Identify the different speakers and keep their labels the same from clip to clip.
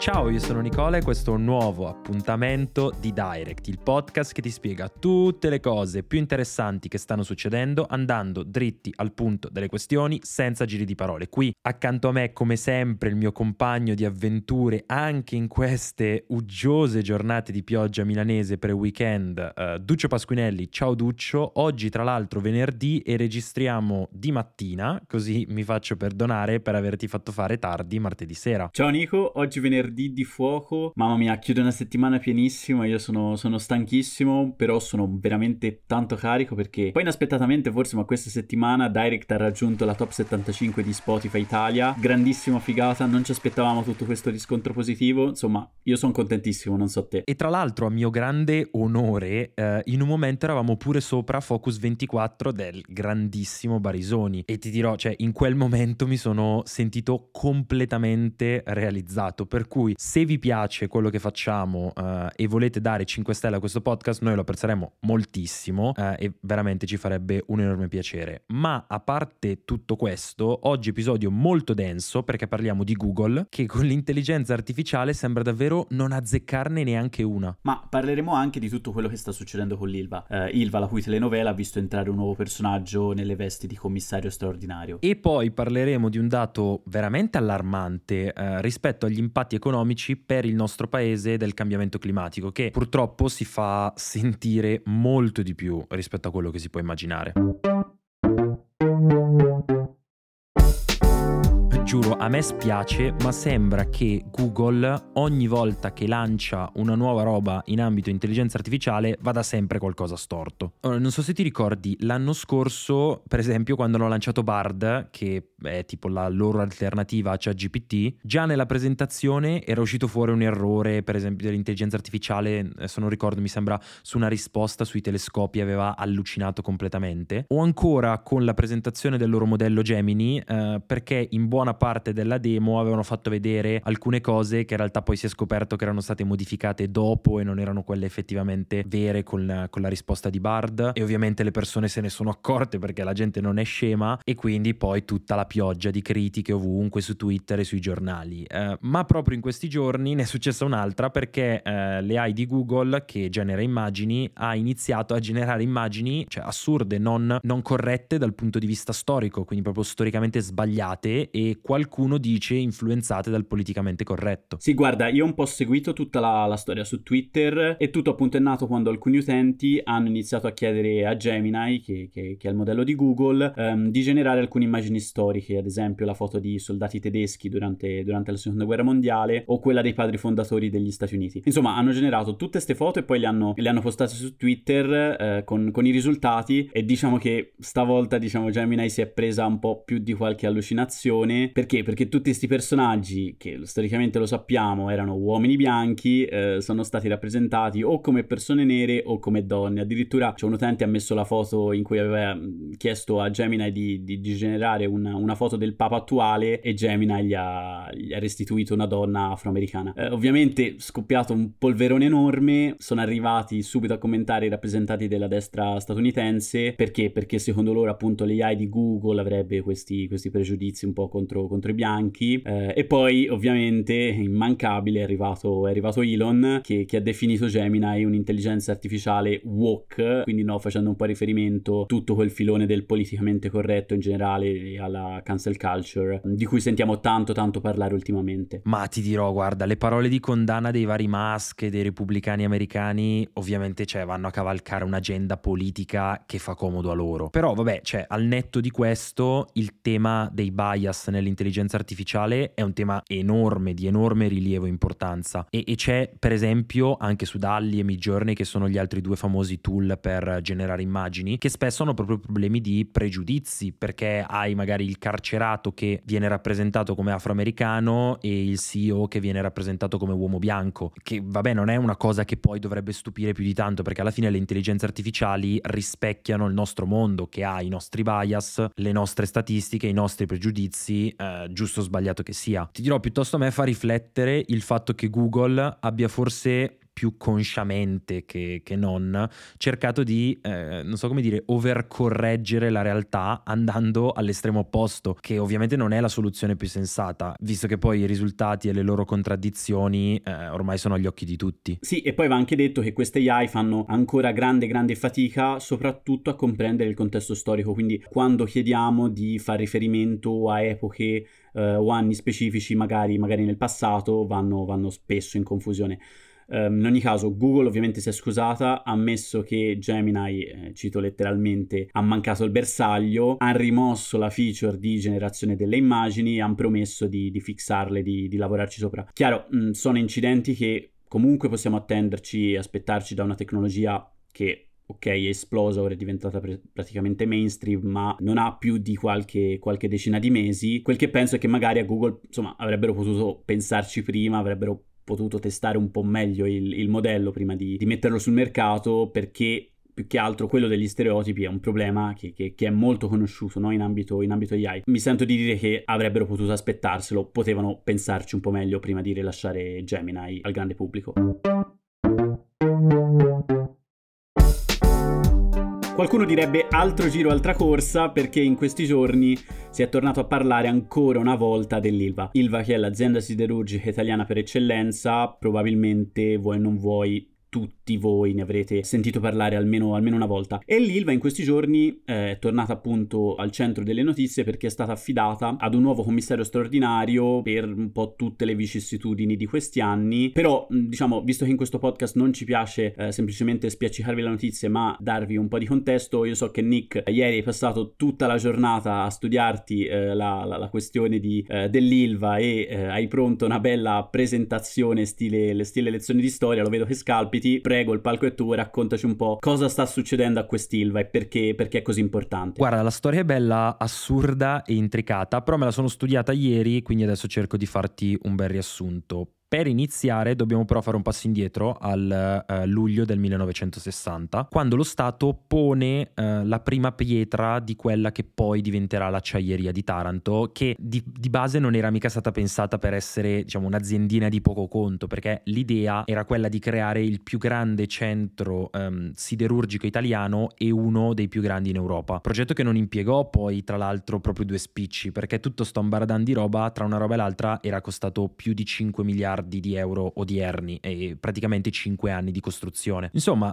Speaker 1: Ciao, io sono Nicola e questo è un nuovo appuntamento di Direct, il podcast che ti spiega tutte le cose più interessanti che stanno succedendo andando dritti al punto delle questioni senza giri di parole. Qui accanto a me, come sempre, il mio compagno di avventure anche in queste uggiose giornate di pioggia milanese pre-weekend, Duccio Pasquinelli. Ciao Duccio, oggi tra l'altro venerdì e registriamo di mattina, così mi faccio perdonare per averti fatto fare tardi martedì sera.
Speaker 2: Ciao Nico, oggi venerdì di fuoco, mamma mia, chiudo una settimana pienissima, io sono stanchissimo, però sono veramente tanto carico perché poi inaspettatamente forse, ma questa settimana Direct ha raggiunto la top 75 di Spotify Italia, grandissima figata, non ci aspettavamo tutto questo riscontro positivo, insomma io sono contentissimo, non so te.
Speaker 1: E tra l'altro a mio grande onore, in un momento eravamo pure sopra Focus 24 del grandissimo Barisoni e ti dirò, cioè in quel momento mi sono sentito completamente realizzato, per cui se vi piace quello che facciamo e volete dare 5 stelle a questo podcast, noi lo apprezzeremo moltissimo e veramente ci farebbe un enorme piacere. Ma a parte tutto questo, oggi episodio molto denso perché parliamo di Google, che con l'intelligenza artificiale sembra davvero non azzeccarne neanche una.
Speaker 2: Ma parleremo anche di tutto quello che sta succedendo con l'Ilva. Ilva, la cui telenovela ha visto entrare un nuovo personaggio nelle vesti di commissario straordinario.
Speaker 1: E poi parleremo di un dato veramente allarmante rispetto agli impatti economici per il nostro paese del cambiamento climatico, che purtroppo si fa sentire molto di più rispetto a quello che si può immaginare. Giuro, a me spiace, ma sembra che Google ogni volta che lancia una nuova roba in ambito intelligenza artificiale vada sempre qualcosa storto. Ora, non so se ti ricordi, l'anno scorso, per esempio, quando hanno lanciato Bard, che è tipo la loro alternativa a ChatGPT, già nella presentazione era uscito fuori un errore, per esempio, dell'intelligenza artificiale, se non ricordo, mi sembra su una risposta sui telescopi aveva allucinato completamente. O ancora con la presentazione del loro modello Gemini, perché in buona parte della demo avevano fatto vedere alcune cose che in realtà poi si è scoperto che erano state modificate dopo e non erano quelle effettivamente vere con la risposta di Bard, e ovviamente le persone se ne sono accorte perché la gente non è scema, e quindi poi tutta la pioggia di critiche ovunque su Twitter e sui giornali. Ma proprio in questi giorni ne è successa un'altra, perché l'AI di Google, che genera immagini, ha iniziato a generare immagini, cioè assurde, non corrette dal punto di vista storico, quindi proprio storicamente sbagliate, e qualcuno dice influenzate dal politicamente corretto.
Speaker 2: Sì, guarda, io ho un po' seguito tutta la storia su Twitter e tutto appunto è nato quando alcuni utenti hanno iniziato a chiedere a Gemini, che è il modello di Google, di generare alcune immagini storiche, ad esempio la foto di soldati tedeschi durante la seconda guerra mondiale o quella dei padri fondatori degli Stati Uniti. Insomma, hanno generato tutte queste foto e poi le hanno postate su Twitter con i risultati, e diciamo che stavolta Gemini si è presa un po' più di qualche allucinazione. Perché? Perché tutti questi personaggi, che storicamente lo sappiamo erano uomini bianchi, sono stati rappresentati o come persone nere o come donne. Addirittura c'è un utente ha messo la foto in cui aveva chiesto a Gemini di generare una foto del Papa attuale, e Gemini gli ha restituito una donna afroamericana. Ovviamente scoppiato un polverone enorme, sono arrivati subito a commentare i rappresentanti della destra statunitense. Perché? Perché secondo loro appunto l'AI di Google avrebbe questi pregiudizi un po' contro i bianchi, e poi ovviamente immancabile è arrivato Elon che ha definito Gemini un'intelligenza artificiale woke, quindi facendo un po' riferimento a tutto quel filone del politicamente corretto in generale e alla cancel culture di cui sentiamo tanto parlare ultimamente.
Speaker 1: Ma ti dirò, guarda, le parole di condanna dei vari Musk e dei repubblicani americani ovviamente vanno a cavalcare un'agenda politica che fa comodo a loro. Però vabbè, al netto di questo, il tema dei bias nell'intelligenza artificiale è un tema enorme, di enorme rilievo e importanza, e c'è per esempio anche su DALL-E e Midjourney, che sono gli altri due famosi tool per generare immagini, che spesso hanno proprio problemi di pregiudizi, perché hai magari il carcerato che viene rappresentato come afroamericano e il CEO che viene rappresentato come uomo bianco, che vabbè non è una cosa che poi dovrebbe stupire più di tanto, perché alla fine le intelligenze artificiali rispecchiano il nostro mondo, che ha i nostri bias, le nostre statistiche, i nostri pregiudizi, giusto o sbagliato che sia. Ti dirò, piuttosto a me fa riflettere il fatto che Google abbia forse più consciamente che non, cercato di, non so come dire, overcorreggere la realtà andando all'estremo opposto, che ovviamente non è la soluzione più sensata, visto che poi i risultati e le loro contraddizioni ormai sono agli occhi di tutti.
Speaker 2: Sì, e poi va anche detto che queste AI fanno ancora grande fatica soprattutto a comprendere il contesto storico, quindi quando chiediamo di fare riferimento a epoche o anni specifici magari nel passato vanno spesso in confusione. In ogni caso Google ovviamente si è scusata, ha ammesso che Gemini, cito letteralmente, ha mancato il bersaglio, ha rimosso la feature di generazione delle immagini e hanno promesso di fixarle, di lavorarci sopra. Chiaro, sono incidenti che comunque possiamo aspettarci da una tecnologia che, ok, è esplosa, ora è diventata praticamente mainstream, ma non ha più di qualche decina di mesi. Quel che penso è che magari a Google, insomma, avrebbero potuto pensarci prima, avrebbero potuto testare un po' meglio il modello prima di metterlo sul mercato, perché più che altro quello degli stereotipi è un problema che è molto conosciuto, no? in ambito AI. Mi sento di dire che avrebbero potuto aspettarselo, potevano pensarci un po' meglio prima di rilasciare Gemini al grande pubblico. Qualcuno direbbe altro giro, altra corsa, perché in questi giorni si è tornato a parlare ancora una volta dell'Ilva. Ilva, che è l'azienda siderurgica italiana per eccellenza, probabilmente vuoi o non vuoi tutti voi ne avrete sentito parlare almeno una volta. E l'Ilva in questi giorni è tornata appunto al centro delle notizie perché è stata affidata ad un nuovo commissario straordinario per un po' tutte le vicissitudini di questi anni. Però, diciamo, visto che in questo podcast non ci piace semplicemente spiaccicarvi le notizie, ma darvi un po' di contesto, io so che Nick ieri hai passato tutta la giornata a studiarti la questione dell'Ilva e hai pronto una bella presentazione stile lezioni di storia. Lo vedo che scalpiti. Prego, il palco è tuo, raccontaci un po' cosa sta succedendo a quest'Ilva e perché è così importante.
Speaker 1: Guarda, la storia è bella, assurda e intricata, però me la sono studiata ieri, quindi adesso cerco di farti un bel riassunto. Per iniziare dobbiamo però fare un passo indietro al luglio del 1960, quando lo Stato pone la prima pietra di quella che poi diventerà l'acciaieria di Taranto, che di base non era mica stata pensata per essere, diciamo, un'aziendina di poco conto, perché l'idea era quella di creare il più grande centro siderurgico italiano e uno dei più grandi in Europa. Progetto che non impiegò poi, tra l'altro, proprio due spicci, perché tutto sto ambaradan di roba, tra una roba e l'altra, era costato più di 5 miliardi di euro odierni e praticamente 5 anni di costruzione. Insomma,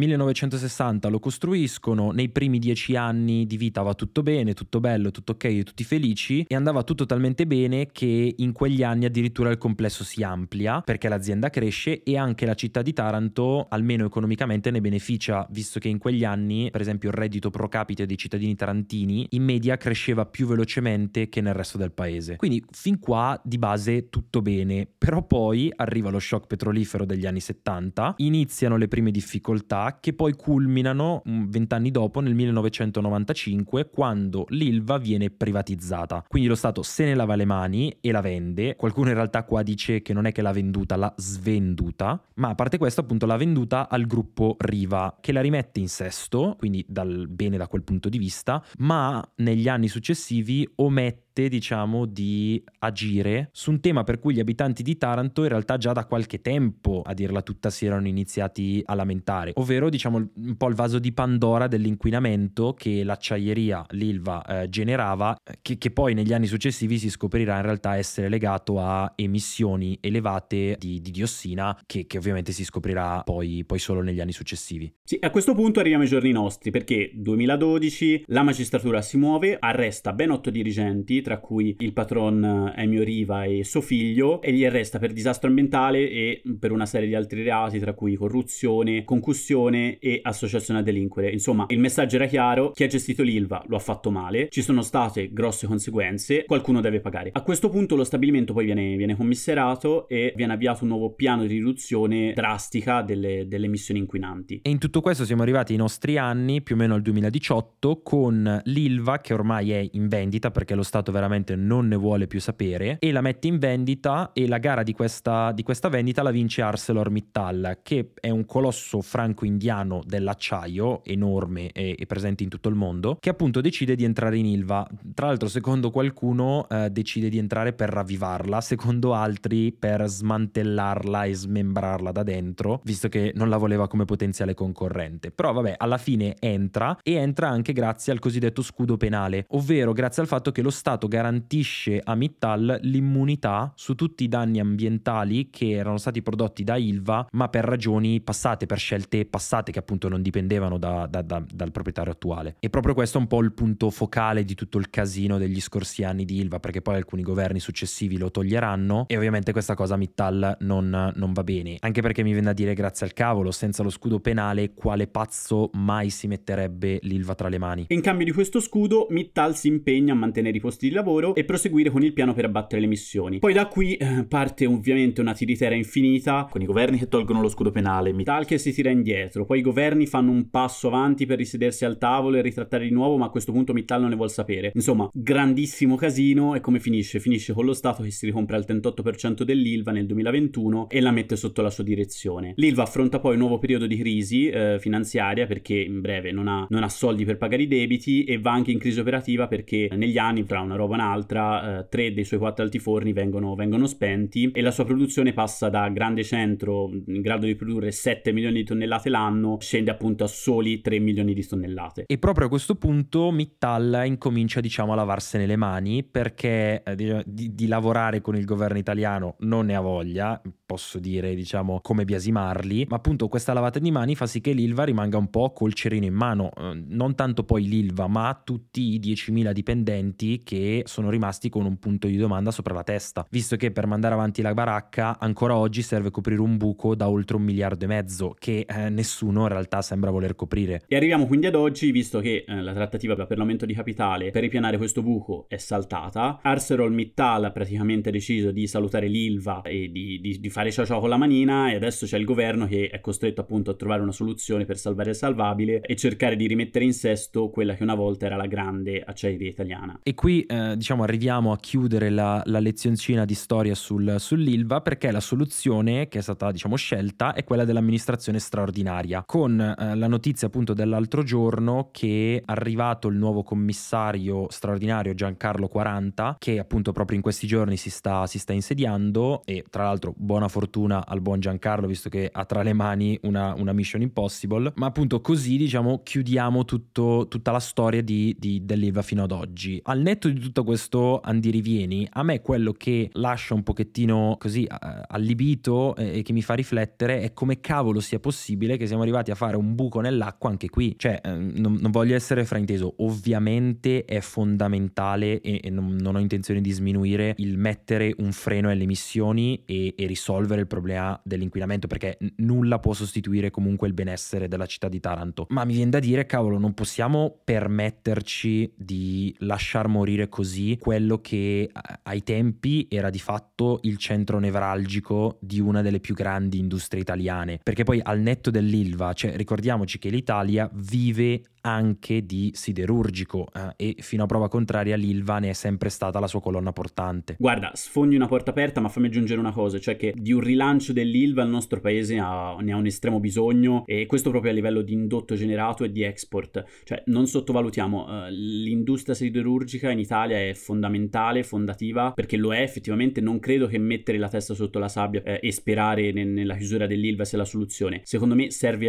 Speaker 1: 1960 lo costruiscono, nei primi 10 anni di vita va tutto bene, tutto bello, tutto ok, tutti felici, e andava tutto talmente bene che in quegli anni addirittura il complesso si amplia perché l'azienda cresce e anche la città di Taranto, almeno economicamente, ne beneficia, visto che in quegli anni, per esempio, il reddito pro capite dei cittadini tarantini in media cresceva più velocemente che nel resto del paese. Quindi fin qua di base tutto bene, però poi arriva lo shock petrolifero degli anni 70, iniziano le prime difficoltà che poi culminano 20 anni dopo, nel 1995, quando l'Ilva viene privatizzata. Quindi lo Stato se ne lava le mani e la vende. Qualcuno in realtà qua dice che non è che l'ha venduta, l'ha svenduta, ma a parte questo appunto l'ha venduta al gruppo Riva, che la rimette in sesto, quindi dal bene da quel punto di vista, ma negli anni successivi omette, diciamo, di agire su un tema per cui gli abitanti di Taranto in realtà già da qualche tempo, a dirla tutta, si erano iniziati a lamentare, ovvero, diciamo, un po' il vaso di Pandora dell'inquinamento che l'acciaieria, l'Ilva, generava, che poi negli anni successivi si scoprirà in realtà essere legato a emissioni elevate di diossina, che ovviamente si scoprirà poi solo negli anni successivi.
Speaker 2: Sì, a questo punto arriviamo ai giorni nostri, perché 2012 la magistratura si muove, arresta ben 8 dirigenti, tra cui il patron Emio Riva e suo figlio, e li arresta per disastro ambientale e per una serie di altri reati, tra cui corruzione, concussione e associazione a delinquere. Insomma, il messaggio era chiaro: chi ha gestito l'Ilva lo ha fatto male, ci sono state grosse conseguenze, qualcuno deve pagare. A questo punto lo stabilimento poi viene commissariato e viene avviato un nuovo piano di riduzione drastica delle emissioni inquinanti.
Speaker 1: E in tutto questo siamo arrivati ai nostri anni, più o meno al 2018, con l'Ilva che ormai è in vendita perché lo Stato veramente non ne vuole più sapere e la mette in vendita, e la gara di questa vendita la vince ArcelorMittal, che è un colosso franco-indiano dell'acciaio enorme e presente in tutto il mondo, che appunto decide di entrare in Ilva. Tra l'altro, secondo qualcuno decide di entrare per ravvivarla, secondo altri per smantellarla e smembrarla da dentro, visto che non la voleva come potenziale concorrente. Però vabbè, alla fine entra, e entra anche grazie al cosiddetto scudo penale, ovvero grazie al fatto che lo Stato garantisce a Mittal l'immunità su tutti i danni ambientali che erano stati prodotti da Ilva, ma per ragioni passate, per scelte passate che appunto non dipendevano dal proprietario attuale. E proprio questo è un po' il punto focale di tutto il casino degli scorsi anni di Ilva, perché poi alcuni governi successivi lo toglieranno e ovviamente questa cosa a Mittal non va bene, anche perché mi viene da dire, grazie al cavolo, senza lo scudo penale quale pazzo mai si metterebbe l'Ilva tra le mani?
Speaker 2: In cambio di questo scudo, Mittal si impegna a mantenere i posti di lavoro e proseguire con il piano per abbattere le emissioni. Poi da qui parte ovviamente una tiritera infinita, con i governi che tolgono lo scudo penale, Mittal che si tira indietro, poi i governi fanno un passo avanti per risedersi al tavolo e ritrattare di nuovo, ma a questo punto Mittal non ne vuol sapere. Insomma, grandissimo casino. E come finisce? Finisce con lo Stato che si ricompra il 38% dell'Ilva nel 2021 e la mette sotto la sua direzione. L'Ilva affronta poi un nuovo periodo di crisi finanziaria, perché in breve non ha soldi per pagare i debiti, e va anche in crisi operativa perché negli anni, tra una roba e un'altra, 3 dei suoi 4 altiforni vengono spenti e la sua produzione passa da grande centro in grado di produrre 7 milioni di tonnellate l'anno, scende appunto a soli 3 milioni di tonnellate.
Speaker 1: E proprio a questo punto Mittal incomincia, diciamo, a lavarsene le mani, perché di lavorare con il governo italiano non ne ha voglia, posso dire, diciamo, come biasimarli, ma appunto questa lavata di mani fa sì che l'Ilva rimanga un po' col cerino in mano, non tanto poi l'Ilva, ma tutti i 10.000 dipendenti che sono rimasti con un punto di domanda sopra la testa, visto che per mandare avanti la baracca ancora oggi serve coprire un buco da oltre 1,5 miliardi che nessuno in realtà sembra voler coprire.
Speaker 2: E arriviamo quindi ad oggi, visto che la trattativa per l'aumento di capitale per ripianare questo buco è saltata. ArcelorMittal ha praticamente deciso di salutare l'Ilva e di fare ciao con la manina, e adesso c'è il governo che è costretto appunto a trovare una soluzione per salvare il salvabile e cercare di rimettere in sesto quella che una volta era la grande acciaieria italiana.
Speaker 1: E qui diciamo arriviamo a chiudere la lezioncina di storia sull'Ilva, perché la soluzione che è stata, diciamo, scelta è quella dell'amministrazione straordinaria, con la notizia appunto dell'altro giorno che è arrivato il nuovo commissario straordinario Giancarlo Quaranta, che appunto proprio in questi giorni si sta insediando, e tra l'altro buona fortuna al buon Giancarlo, visto che ha tra le mani una mission impossible. Ma appunto così, diciamo, chiudiamo tutta la storia dell'Ilva fino ad oggi. Al netto di tutto questo andirivieni, a me quello che lascia un pochettino così allibito e che mi fa riflettere è come cavolo sia possibile che siamo arrivati a fare un buco nell'acqua anche qui. Cioè non voglio essere frainteso, ovviamente è fondamentale e non ho intenzione di sminuire il mettere un freno alle emissioni e risolvere il problema dell'inquinamento, perché nulla può sostituire comunque il benessere della città di Taranto. Ma mi viene da dire, cavolo, non possiamo permetterci di lasciar morire così quello che ai tempi era di fatto il centro nevralgico di una delle più grandi industrie italiane, perché poi al netto dell'Ilva, cioè ricordiamoci che l'Italia vive anche di siderurgico e fino a prova contraria l'Ilva ne è sempre stata la sua colonna portante.
Speaker 2: Guarda, sfondi una porta aperta, ma fammi aggiungere una cosa, cioè che di un rilancio dell'Ilva il nostro paese ne ha un estremo bisogno, e questo proprio a livello di indotto generato e di export. Cioè non sottovalutiamo, l'industria siderurgica in Italia è fondamentale, fondativa, perché lo è effettivamente. Non credo che mettere la testa sotto la sabbia e sperare nella chiusura dell'Ilva sia la soluzione. Secondo me serve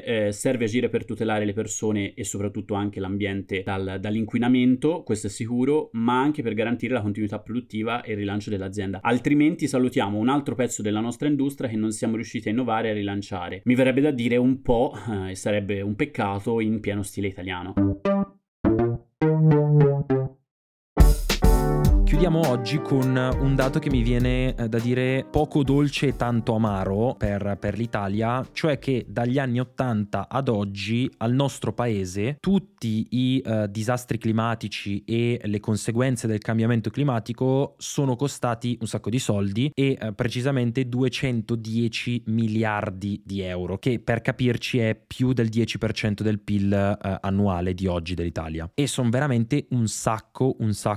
Speaker 2: agire per tutelare le persone e soprattutto anche l'ambiente dall'inquinamento, questo è sicuro, ma anche per garantire la continuità produttiva e il rilancio dell'azienda. Altrimenti salutiamo un altro pezzo della nostra industria che non siamo riusciti a innovare e a rilanciare. Mi verrebbe da dire un po', e sarebbe un peccato, in pieno stile italiano.
Speaker 1: Chiudiamo oggi con un dato che mi viene da dire poco dolce e tanto amaro per l'Italia, cioè che dagli anni 80 ad oggi al nostro paese tutti i disastri climatici e le conseguenze del cambiamento climatico sono costati un sacco di soldi e precisamente 210 miliardi di euro, che per capirci è più del 10% del PIL annuale di oggi dell'Italia. E sono veramente un sacco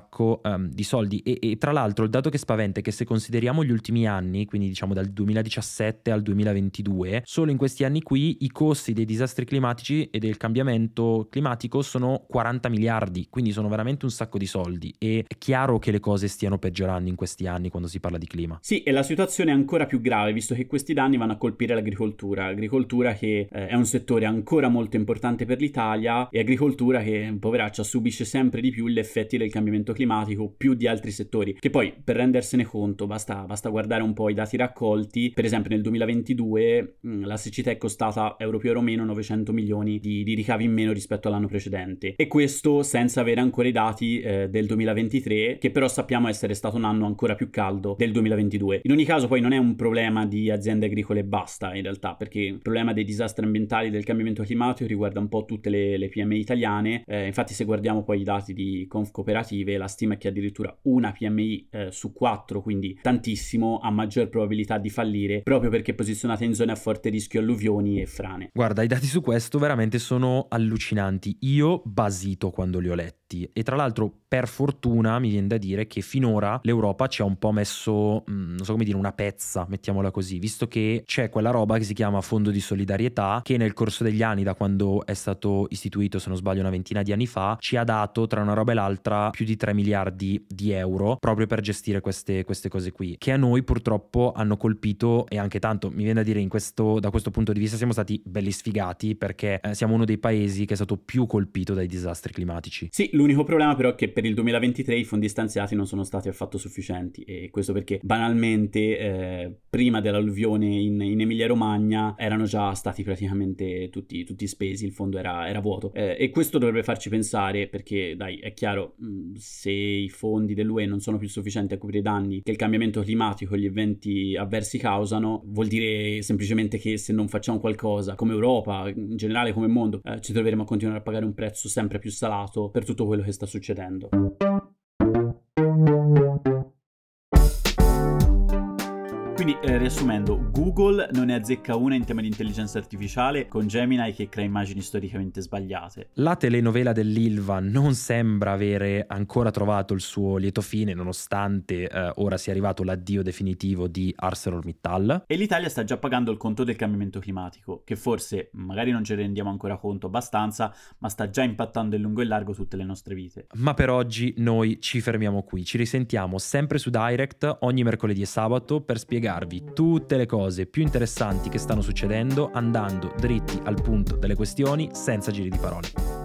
Speaker 1: di soldi. E tra l'altro il dato che spaventa è che se consideriamo gli ultimi anni, quindi diciamo dal 2017 al 2022, solo in questi anni qui i costi dei disastri climatici e del cambiamento climatico sono 40 miliardi, quindi sono veramente un sacco di soldi. E è chiaro che le cose stiano peggiorando in questi anni quando si parla di clima.
Speaker 2: Sì, e la situazione è ancora più grave, visto che questi danni vanno a colpire l'agricoltura che è un settore ancora molto importante per l'Italia, e agricoltura che, poveraccia, subisce sempre di più gli effetti del cambiamento climatico più di altri settori, che poi per rendersene conto basta guardare un po' i dati raccolti. Per esempio nel 2022 la siccità è costata euro più euro meno 900 milioni di ricavi in meno rispetto all'anno precedente, e questo senza avere ancora i dati del 2023, che però sappiamo essere stato un anno ancora più caldo del 2022. In ogni caso poi non è un problema di aziende agricole e basta in realtà, perché il problema dei disastri ambientali del cambiamento climatico riguarda un po' tutte le PMI italiane. Infatti se guardiamo poi i dati di Confcooperative, la stima è che addirittura una PMI su 4, quindi tantissimo, ha maggior probabilità di fallire proprio perché è posizionata in zone a forte rischio alluvioni e frane.
Speaker 1: Guarda, i dati su questo veramente sono allucinanti. Io basito quando li ho letti, e tra l'altro per fortuna mi viene da dire che finora l'Europa ci ha un po' messo, non so come dire, una pezza, mettiamola così, visto che c'è quella roba che si chiama Fondo di Solidarietà, che nel corso degli anni, da quando è stato istituito, se non sbaglio una ventina di anni fa, ci ha dato tra una roba e l'altra più di 3 miliardi di euro proprio per gestire queste cose qui, che a noi purtroppo hanno colpito, e anche tanto. Mi viene da dire da questo punto di vista siamo stati belli sfigati, perché siamo uno dei paesi che è stato più colpito dai disastri climatici.
Speaker 2: Sì, l'unico problema però è che per il 2023 i fondi stanziati non sono stati affatto sufficienti, e questo perché banalmente prima dell'alluvione in Emilia Romagna erano già stati praticamente tutti spesi, il fondo era vuoto, e questo dovrebbe farci pensare, perché dai, è chiaro, se i fondi dell'UE non sono più sufficienti a coprire i danni che il cambiamento climatico e gli eventi avversi causano, vuol dire semplicemente che se non facciamo qualcosa come Europa, in generale come mondo, ci troveremo a continuare a pagare un prezzo sempre più salato per tutto quello che sta succedendo. Quindi, riassumendo, Google non ne azzecca una in tema di intelligenza artificiale con Gemini che crea immagini storicamente sbagliate.
Speaker 1: La telenovela dell'Ilva non sembra avere ancora trovato il suo lieto fine, nonostante ora sia arrivato l'addio definitivo di ArcelorMittal.
Speaker 2: E l'Italia sta già pagando il conto del cambiamento climatico, che forse magari non ce ne rendiamo ancora conto abbastanza, ma sta già impattando in lungo e largo tutte le nostre vite.
Speaker 1: Ma per oggi noi ci fermiamo qui. Ci risentiamo sempre su Direct ogni mercoledì e sabato per spiegarvi tutte le cose più interessanti che stanno succedendo, andando dritti al punto delle questioni senza giri di parole.